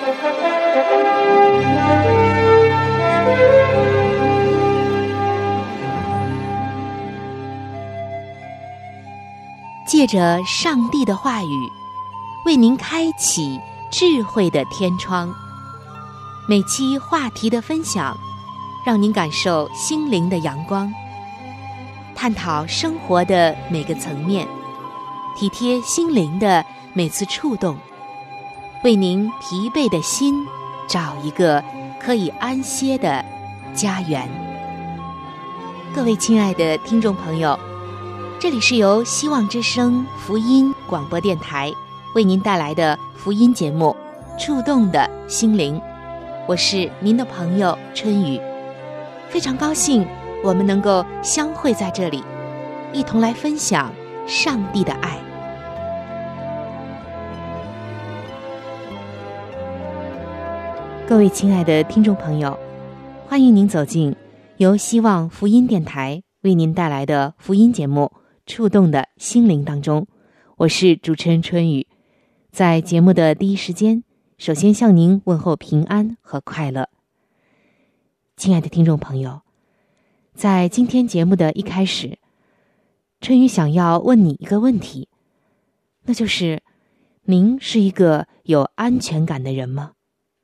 借着上帝的话语，为您开启智慧的天窗。每期话题的分享，让您感受心灵的阳光，探讨生活的每个层面，体贴心灵的每次触动，为您疲惫的心找一个可以安歇的家园。各位亲爱的听众朋友，这里是由希望之声福音广播电台为您带来的福音节目《触动的心灵》，我是您的朋友春雨，非常高兴我们能够相会在这里，一同来分享上帝的爱。各位亲爱的听众朋友，欢迎您走进由希望福音电台为您带来的福音节目触动的心灵当中，我是主持人春雨。在节目的第一时间，首先向您问候平安和快乐。亲爱的听众朋友，在今天节目的一开始，春雨想要问你一个问题，那就是您是一个有安全感的人吗？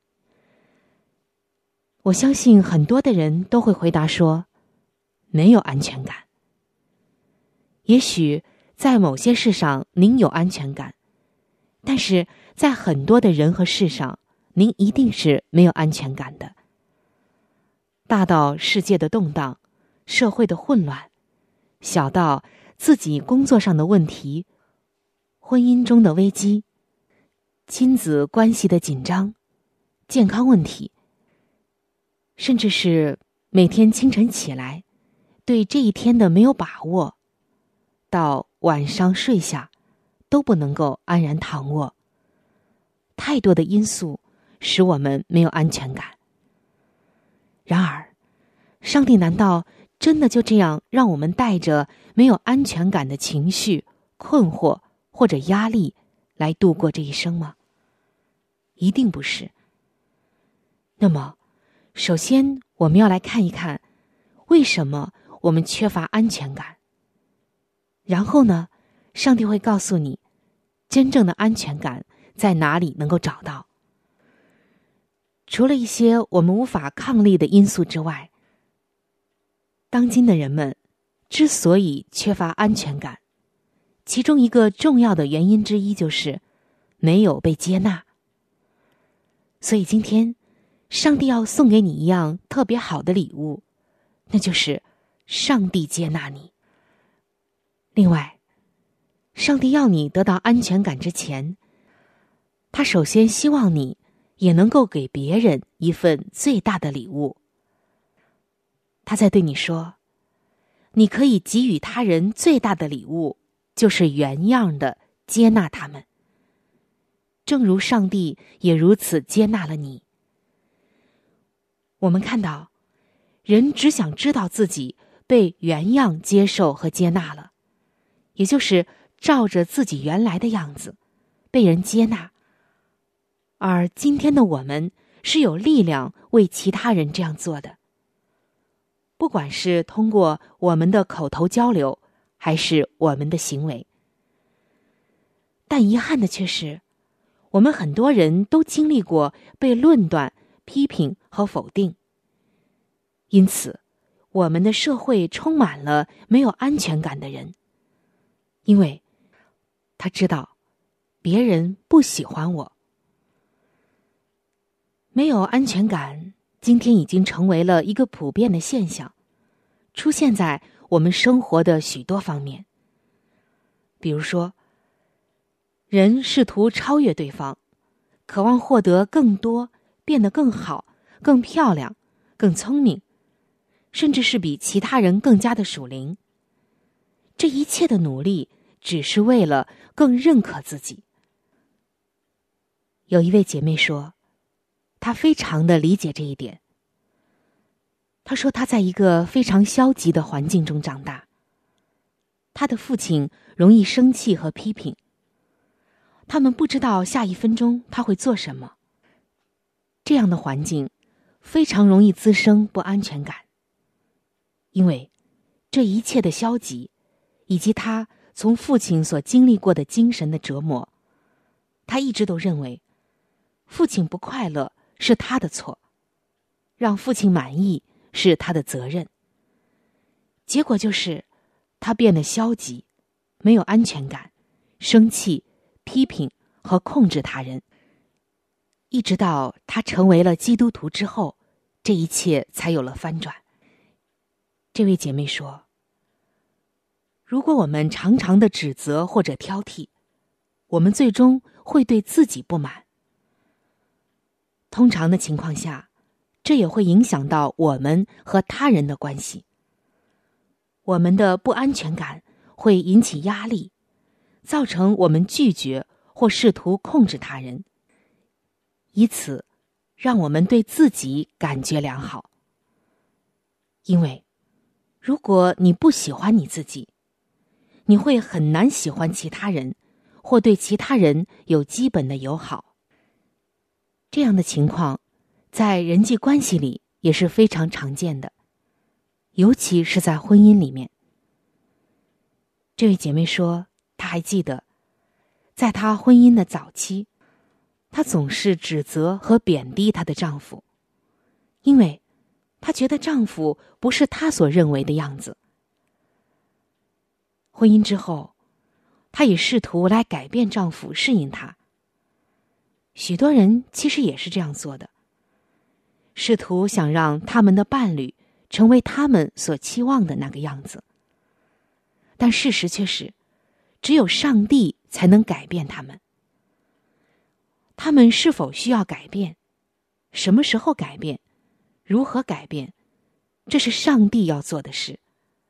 我相信很多的人都会回答说，没有安全感。也许在某些事上您有安全感，但是在很多的人和事上，您一定是没有安全感的。大到世界的动荡，社会的混乱，小到自己工作上的问题，婚姻中的危机，亲子关系的紧张，健康问题，甚至是每天清晨起来对这一天的没有把握，到晚上睡下都不能够安然躺卧，太多的因素使我们没有安全感。然而，上帝难道真的就这样让我们带着没有安全感的情绪、困惑或者压力来度过这一生吗？一定不是。那么，首先我们要来看一看，为什么我们缺乏安全感。然后呢，上帝会告诉你，真正的安全感在哪里能够找到。除了一些我们无法抗力的因素之外，当今的人们之所以缺乏安全感，其中一个重要的原因之一就是没有被接纳。所以今天，上帝要送给你一样特别好的礼物，那就是上帝接纳你。另外，上帝要你得到安全感之前，他首先希望你也能够给别人一份最大的礼物。他在对你说，你可以给予他人最大的礼物，就是原样的接纳他们，正如上帝也如此接纳了你。我们看到，人只想知道自己被原样接受和接纳了，也就是照着自己原来的样子被人接纳。而今天的我们是有力量为其他人这样做的，不管是通过我们的口头交流，还是我们的行为。但遗憾的却是，我们很多人都经历过被论断、批评和否定，因此我们的社会充满了没有安全感的人，因为他知道别人不喜欢我。没有安全感，今天已经成为了一个普遍的现象，出现在我们生活的许多方面。比如说，人试图超越对方，渴望获得更多，变得更好、更漂亮、更聪明，甚至是比其他人更加的属灵。这一切的努力只是为了更认可自己。有一位姐妹说，她非常的理解这一点。她说她在一个非常消极的环境中长大，她的父亲容易生气和批评，他们不知道下一分钟他会做什么， 这样的环境非常容易滋生不安全感，因为这一切的消极，以及他从父亲所经历过的精神的折磨，他一直都认为父亲不快乐是他的错，让父亲满意是他的责任。结果就是他变得消极，没有安全感，生气、批评和控制他人。一直到他成为了基督徒之后，这一切才有了翻转。这位姐妹说，如果我们常常的指责或者挑剔，我们最终会对自己不满。通常的情况下，这也会影响到我们和他人的关系。我们的不安全感会引起压力，造成我们拒绝或试图控制他人，以此让我们对自己感觉良好。因为如果你不喜欢你自己，你会很难喜欢其他人，或对其他人有基本的友好。这样的情况在人际关系里也是非常常见的，尤其是在婚姻里面。这位姐妹说，她还记得在她婚姻的早期，她总是指责和贬低她的丈夫，因为她觉得丈夫不是她所认为的样子。婚姻之后，她也试图来改变丈夫，适应他。许多人其实也是这样做的，试图想让他们的伴侣成为他们所期望的那个样子。但事实却是，只有上帝才能改变他们。他们是否需要改变？什么时候改变？如何改变？这是上帝要做的事。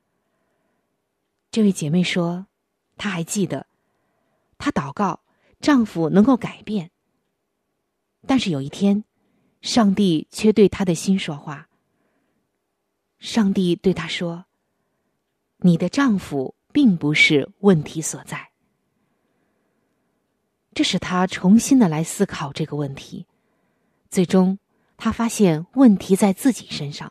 这位姐妹说，她还记得，她祷告丈夫能够改变。但是有一天，上帝却对她的心说话。上帝对她说，你的丈夫并不是问题所在。这使她重新的来思考这个问题，最终她发现问题在自己身上。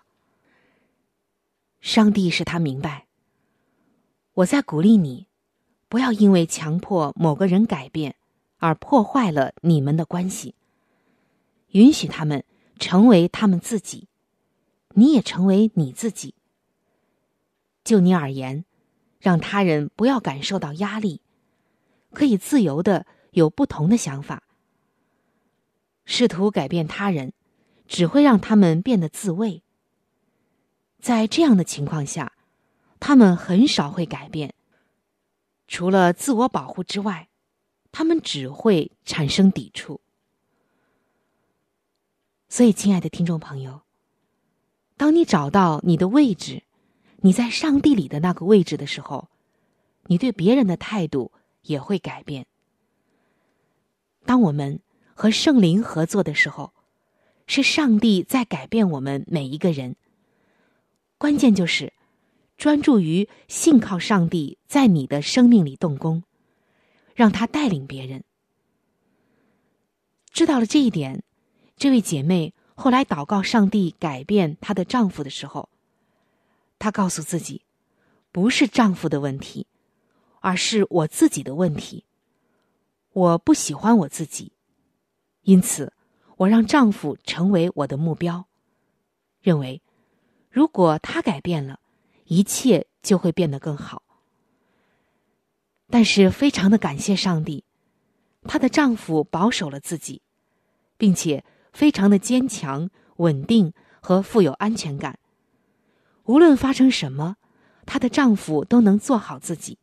上帝使她明白，我在鼓励你，不要因为强迫某个人改变而破坏了你们的关系，允许他们成为他们自己，你也成为你自己。就你而言，让他人不要感受到压力，可以自由的有不同的想法。试图改变他人，只会让他们变得自卫。在这样的情况下，他们很少会改变，除了自我保护之外，他们只会产生抵触。所以，亲爱的听众朋友，当你找到你的位置，你在上帝里的那个位置的时候，你对别人的态度也会改变。当我们和圣灵合作的时候，是上帝在改变我们每一个人。关键就是专注于信靠上帝在你的生命里动工，让他带领别人。知道了这一点，这位姐妹后来祷告上帝改变她的丈夫的时候，她告诉自己，不是丈夫的问题，而是我自己的问题。我不喜欢我自己，因此我让丈夫成为我的目标，认为如果他改变了，一切就会变得更好。但是非常的感谢上帝，她的丈夫保守了自己，并且非常的坚强、稳定和富有安全感。无论发生什么，她的丈夫都能做好自己。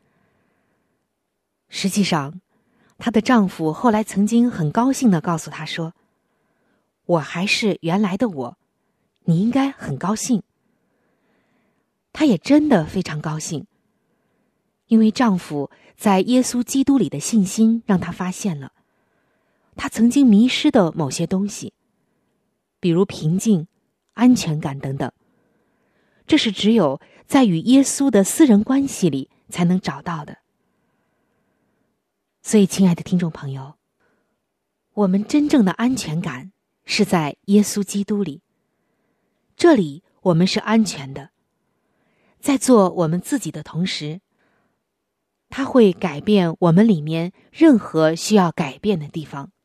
实际上，她的丈夫后来曾经很高兴地告诉她说，我还是原来的我，你应该很高兴。她也真的非常高兴，因为丈夫在耶稣基督里的信心让她发现了她曾经迷失的某些东西，比如平静、安全感等等。这是只有在与耶稣的私人关系里才能找到的。所以，亲爱的听众朋友，我们真正的安全感是在耶稣基督里。这里我们是安全的。在做我们自己的同时，他会改变我们里面任何需要改变的地方。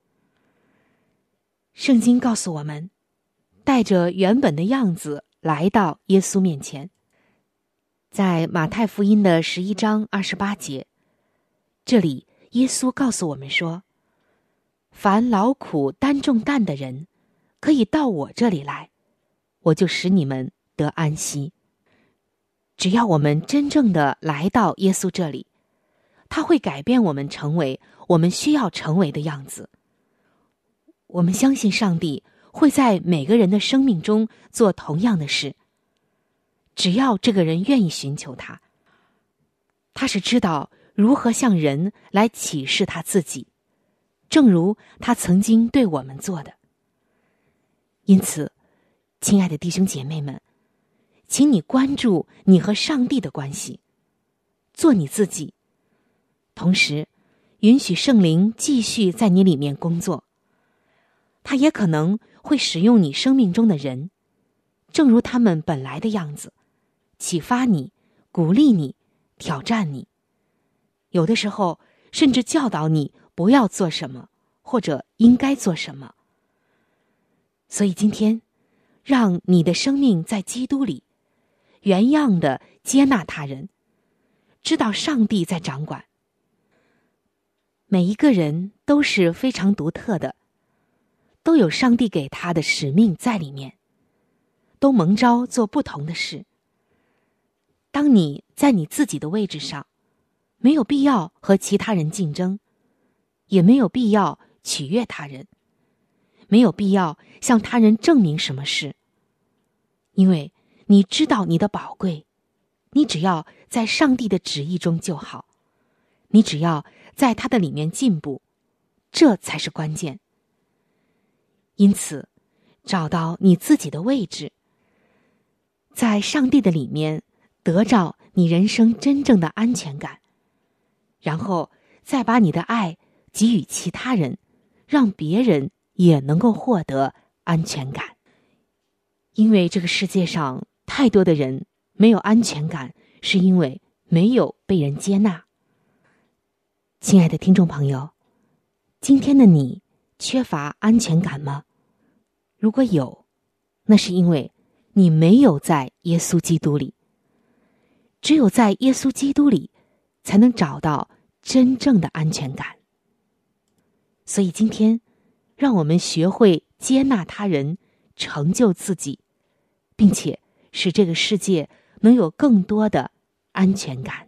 圣经告诉我们，带着原本的样子来到耶稣面前。在马太福音的11章28节，这里耶稣告诉我们说，凡劳苦担重担的人，可以到我这里来，我就使你们得安息。只要我们真正的来到耶稣这里，他会改变我们成为我们需要成为的样子。我们相信上帝会在每个人的生命中做同样的事，只要这个人愿意寻求他。他是知道如何向人来启示他自己，正如他曾经对我们做的。因此，亲爱的弟兄姐妹们，请你关注你和上帝的关系，做你自己，同时允许圣灵继续在你里面工作。他也可能会使用你生命中的人，正如他们本来的样子，启发你，鼓励你，挑战你，有的时候甚至教导你不要做什么，或者应该做什么。所以今天，让你的生命在基督里原样的接纳他人，知道上帝在掌管。每一个人都是非常独特的，都有上帝给他的使命在里面，都蒙召做不同的事。当你在你自己的位置上，没有必要和其他人竞争，也没有必要取悦他人，没有必要向他人证明什么事，因为你知道你的宝贵，你只要在上帝的旨意中就好，你只要在他的里面进步，这才是关键。因此，找到你自己的位置，在上帝的里面得着你人生真正的安全感，然后再把你的爱给予其他人，让别人也能够获得安全感。因为这个世界上太多的人没有安全感，是因为没有被人接纳。亲爱的听众朋友，今天的你缺乏安全感吗？如果有，那是因为你没有在耶稣基督里。只有在耶稣基督里，才能找到真正的安全感。所以今天，让我们学会接纳他人，成就自己，并且使这个世界能有更多的安全感。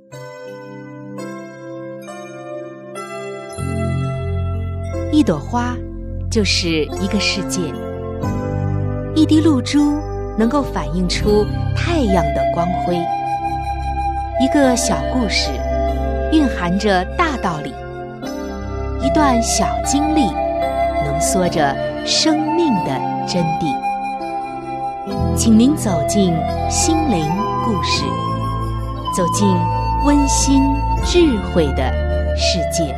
一朵花就是一个世界，一滴露珠能够反映出太阳的光辉。一个小故事蕴含着大道理，一段小经历浓缩着生命的真谛。请您走进心灵故事，走进温馨智慧的世界。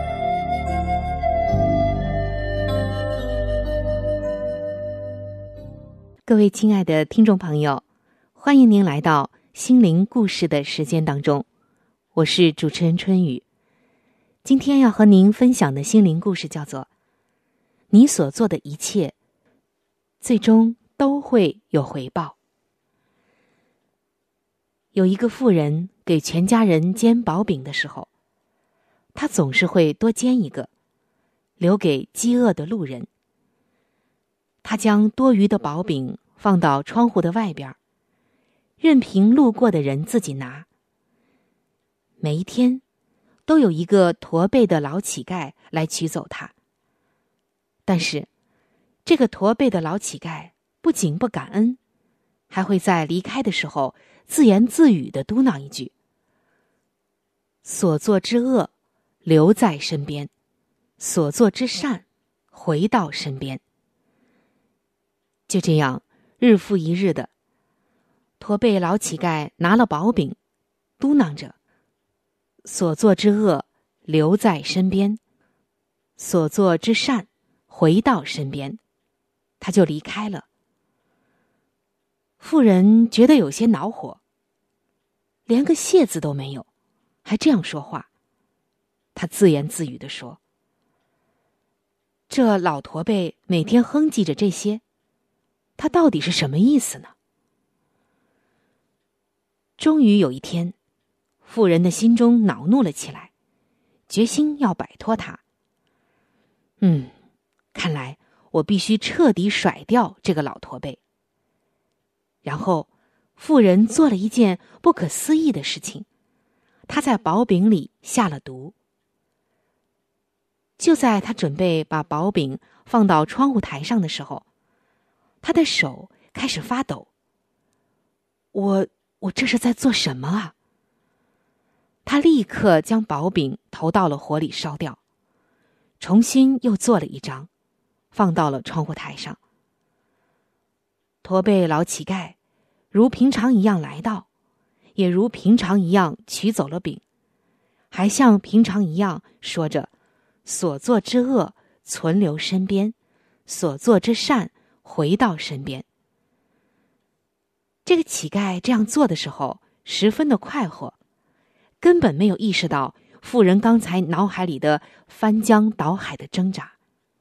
各位亲爱的听众朋友，欢迎您来到心灵故事的时间当中，我是主持人春雨。今天要和您分享的心灵故事叫做你所做的一切最终都会有回报。有一个妇人给全家人煎薄饼的时候，她总是会多煎一个，留给饥饿的路人。她将多余的薄饼放到窗户的外边，任凭路过的人自己拿。每一天都有一个驼背的老乞丐来取走它。但是这个驼背的老乞丐不仅不感恩，还会在离开的时候自言自语地嘟囔一句：所做之恶留在身边，所做之善回到身边。就这样日复一日的，驼背老乞丐拿了薄饼，嘟囔着：所做之恶留在身边，所做之善回到身边。 他就离开了。妇人觉得有些恼火，连个谢字都没有，还这样说话。他自言自语地说：这老驼背每天哼唧着这些，他到底是什么意思呢？终于有一天，妇人的心中恼怒了起来，决心要摆脱他。看来我必须彻底甩掉这个老驼背。然后妇人做了一件不可思议的事情，她在薄饼里下了毒。就在她准备把薄饼放到窗户台上的时候，她的手开始发抖。我这是在做什么啊？她立刻将薄饼投到了火里烧掉，重新又做了一张，放到了窗户台上。驼背老乞丐如平常一样来到，也如平常一样取走了饼，还像平常一样说着所做之恶存留身边，所做之善回到身边。这个乞丐这样做的时候十分的快活，根本没有意识到妇人刚才脑海里的翻江倒海的挣扎。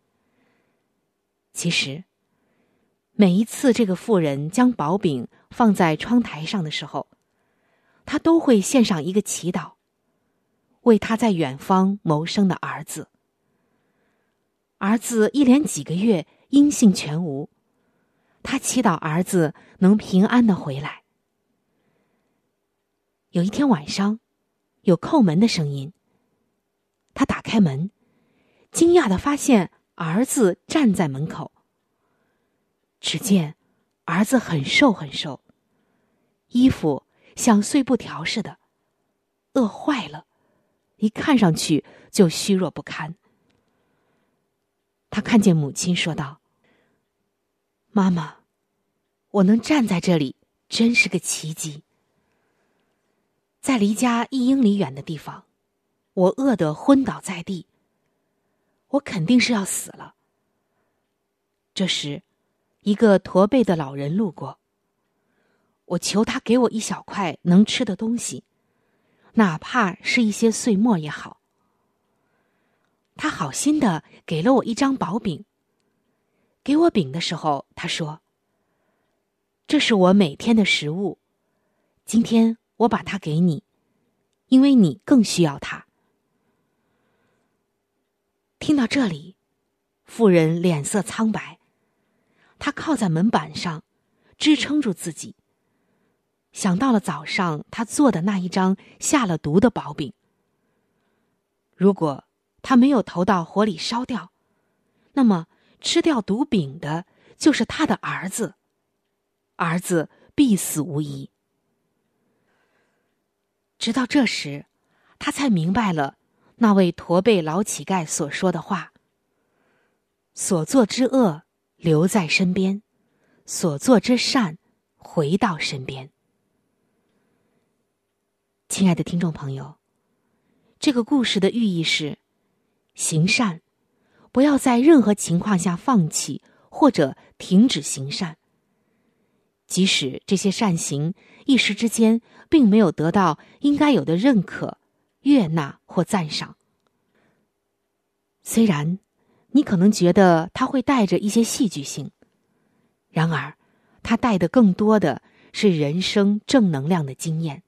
其实每一次这个妇人将薄饼放在窗台上的时候，她都会献上一个祈祷，为她在远方谋生的儿子。儿子一连几个月音信全无，她祈祷儿子能平安地回来。有一天晚上，有叩门的声音，她打开门，惊讶地发现儿子站在门口。只见儿子很瘦很瘦，衣服像碎布条似的，饿坏了，一看上去就虚弱不堪。他看见母亲说道：妈妈，我能站在这里真是个奇迹。在离家1英里远的地方，我饿得昏倒在地，我肯定是要死了。这时一个驼背的老人路过，我求他给我一小块能吃的东西，哪怕是一些碎末也好。他好心地给了我一张薄饼。给我饼的时候，他说：这是我每天的食物，今天我把它给你，因为你更需要它。听到这里，妇人脸色苍白，她靠在门板上支撑住自己，想到了早上她做的那一张下了毒的薄饼。如果她没有投到火里烧掉，那么吃掉毒饼的就是她的儿子，儿子必死无疑。直到这时，她才明白了那位驼背老乞丐所说的话：所做之恶留在身边，所做之善回到身边。亲爱的听众朋友，这个故事的寓意是：行善，不要在任何情况下放弃或者停止行善，即使这些善行一时之间并没有得到应该有的认可、悦纳或赞赏。虽然你可能觉得它会带着一些戏剧性，然而它带的更多的是人生正能量的经验。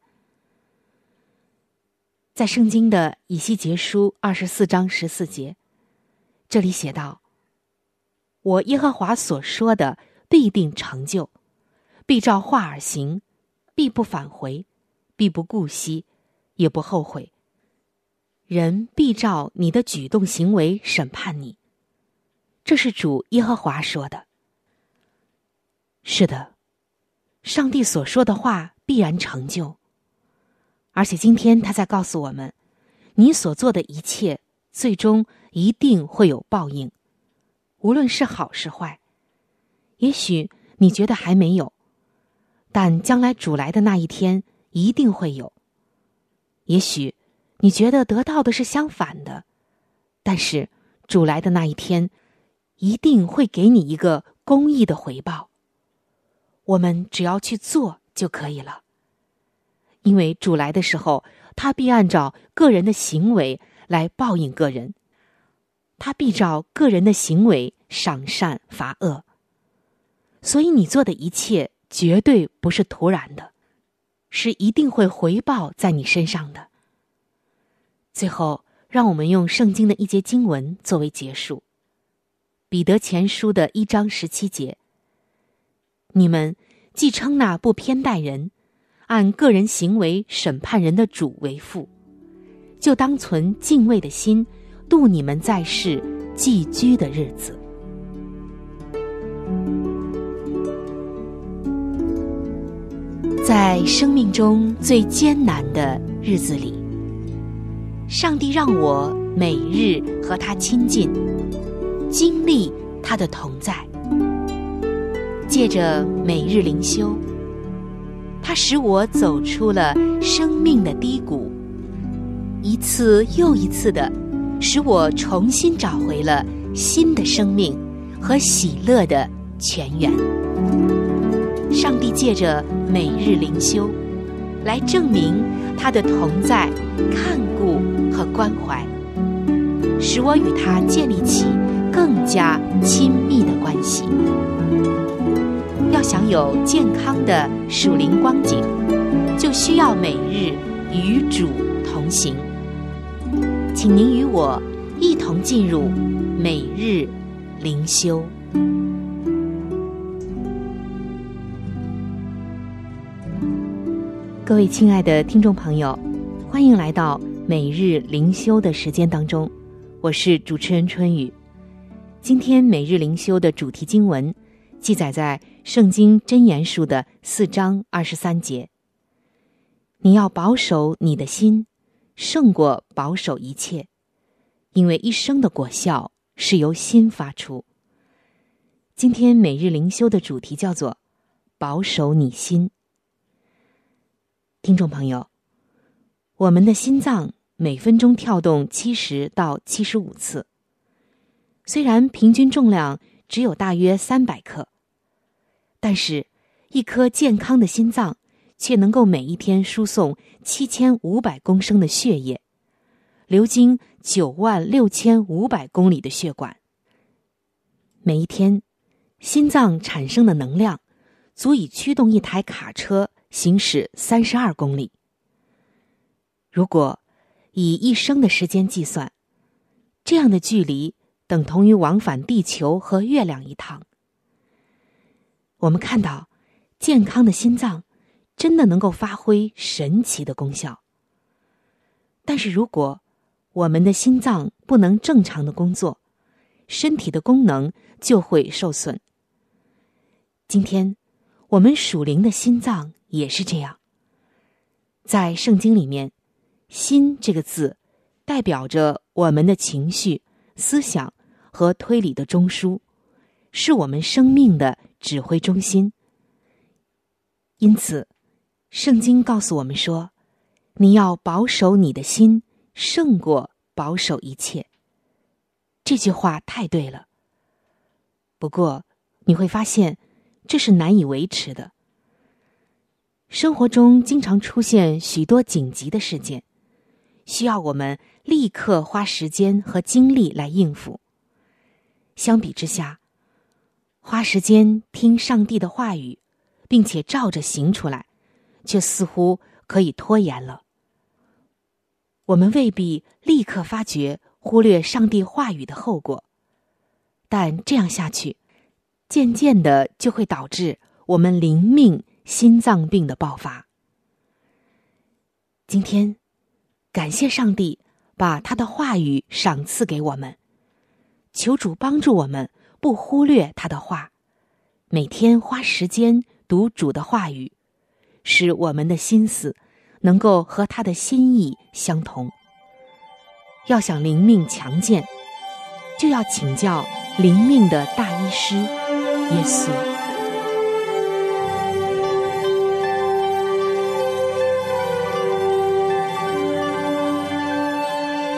在圣经的以西结书24章14节，这里写道：我耶和华所说的必定成就，必照话而行，必不返回，必不顾惜，也不后悔。人必照你的举动行为审判你。这是主耶和华说的。是的，上帝所说的话必然成就。而且今天他在告诉我们，你所做的一切最终一定会有报应，无论是好是坏。也许你觉得还没有，但将来主来的那一天一定会有。也许你觉得得到的是相反的，但是主来的那一天一定会给你一个公义的回报。我们只要去做就可以了。因为主来的时候，他必按照个人的行为来报应个人，他必照个人的行为赏善罚恶。所以你做的一切绝对不是突然的，是一定会回报在你身上的。最后，让我们用圣经的一节经文作为结束。彼得前书的1章17节，你们既称那不偏待人，按个人行为审判人的主为父，就当存敬畏的心，度你们在世寄居的日子。在生命中最艰难的日子里，上帝让我每日和他亲近，经历他的同在。借着每日灵修，他使我走出了生命的低谷，一次又一次的使我重新找回了新的生命和喜乐的泉源。上帝借着每日灵修来证明他的同在、看顾和关怀，使我与他建立起更加亲密的关系。要享有健康的属灵光景，就需要每日与主同行。请您与我一同进入每日灵修。各位亲爱的听众朋友，欢迎来到每日灵修的时间当中，我是主持人春雨。今天每日灵修的主题经文记载在圣经箴言书的4章23节。你要保守你的心，胜过保守一切，因为一生的果效是由心发出。今天每日灵修的主题叫做保守你心。听众朋友，我们的心脏每分钟跳动70到75次，虽然平均重量只有大约300克，但是一颗健康的心脏却能够每一天输送7500公升的血液，流经96500公里的血管。每一天，心脏产生的能量足以驱动一台卡车行驶32公里。如果以一生的时间计算，这样的距离等同于往返地球和月亮一趟。我们看到，健康的心脏真的能够发挥神奇的功效。但是如果我们的心脏不能正常的工作，身体的功能就会受损。今天我们属灵的心脏也是这样。在圣经里面，心这个字代表着我们的情绪、思想和推理的中枢，是我们生命的指挥中心。因此，圣经告诉我们说，你要保守你的心，胜过保守一切。这句话太对了。不过，你会发现，这是难以维持的。生活中经常出现许多紧急的事件，需要我们立刻花时间和精力来应付。相比之下，花时间听上帝的话语，并且照着行出来，却似乎可以拖延了。我们未必立刻发觉忽略上帝话语的后果，但这样下去，渐渐的就会导致我们灵命心脏病的爆发。今天，感谢上帝把他的话语赏赐给我们，求主帮助我们不忽略他的话，每天花时间读主的话语，使我们的心思能够和他的心意相同。要想灵命强健，就要请教灵命的大医师耶稣。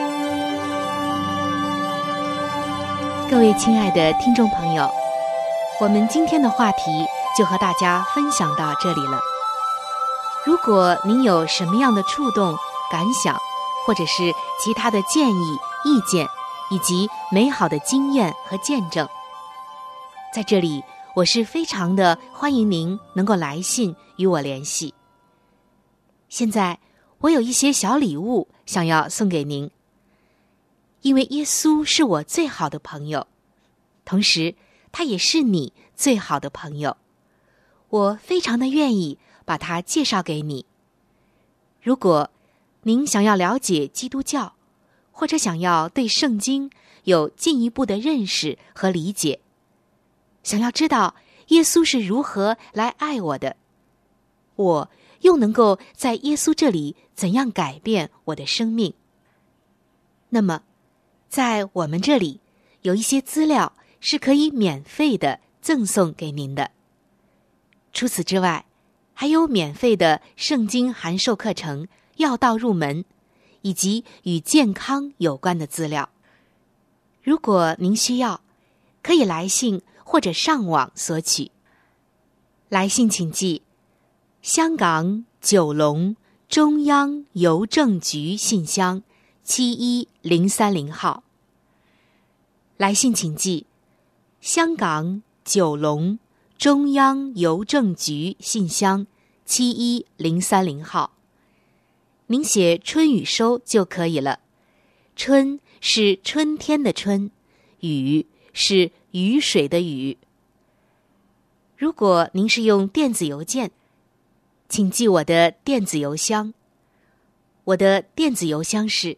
各位亲爱的听众朋友， 我们今天的话题就和大家分享到这里了。如果您有什么样的触动、感想，或者是其他的建议、意见，以及美好的经验和见证，在这里我是非常的欢迎您能够来信与我联系。现在我有一些小礼物想要送给您，因为耶稣是我最好的朋友，同时他也是你最好的朋友，我非常的愿意把他介绍给你。如果您想要了解基督教，或者想要对圣经有进一步的认识和理解，想要知道耶稣是如何来爱我的，我又能够在耶稣这里怎样改变我的生命，那么在我们这里有一些资料是可以免费的赠送给您的。除此之外，还有免费的圣经函授课程要道入门，以及与健康有关的资料。如果您需要，可以来信或者上网索取。来信请寄香港九龙中央邮政局信箱71030号。来信请寄香港九龙中央邮政局信箱71030号。您写春雨收就可以了。春是春天的春，雨是雨水的雨。如果您是用电子邮件，请记我的电子邮箱。我的电子邮箱是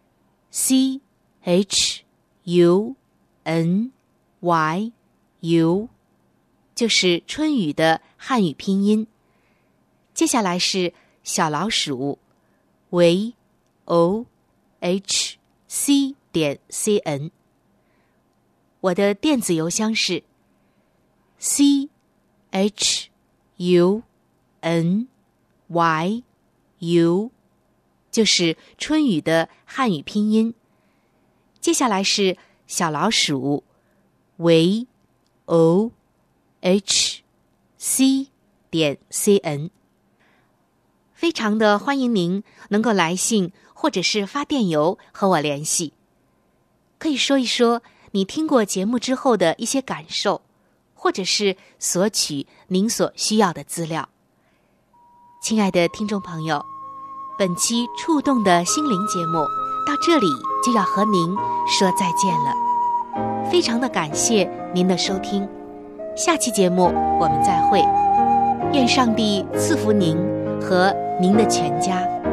CHUNYU， 就是春雨的汉语拼音。接下来是小老鼠vohc.cn。 我的电子邮箱是 CHUNYU， 就是春雨的汉语拼音。接下来是小老鼠 vohc.cn。 非常的欢迎您能够来信或者是发电邮和我联系，可以说一说你听过节目之后的一些感受，或者是索取您所需要的资料。亲爱的听众朋友，本期触动的心灵节目到这里就要和您说再见了，非常的感谢您的收听，下期节目我们再会，愿上帝赐福您和您的全家。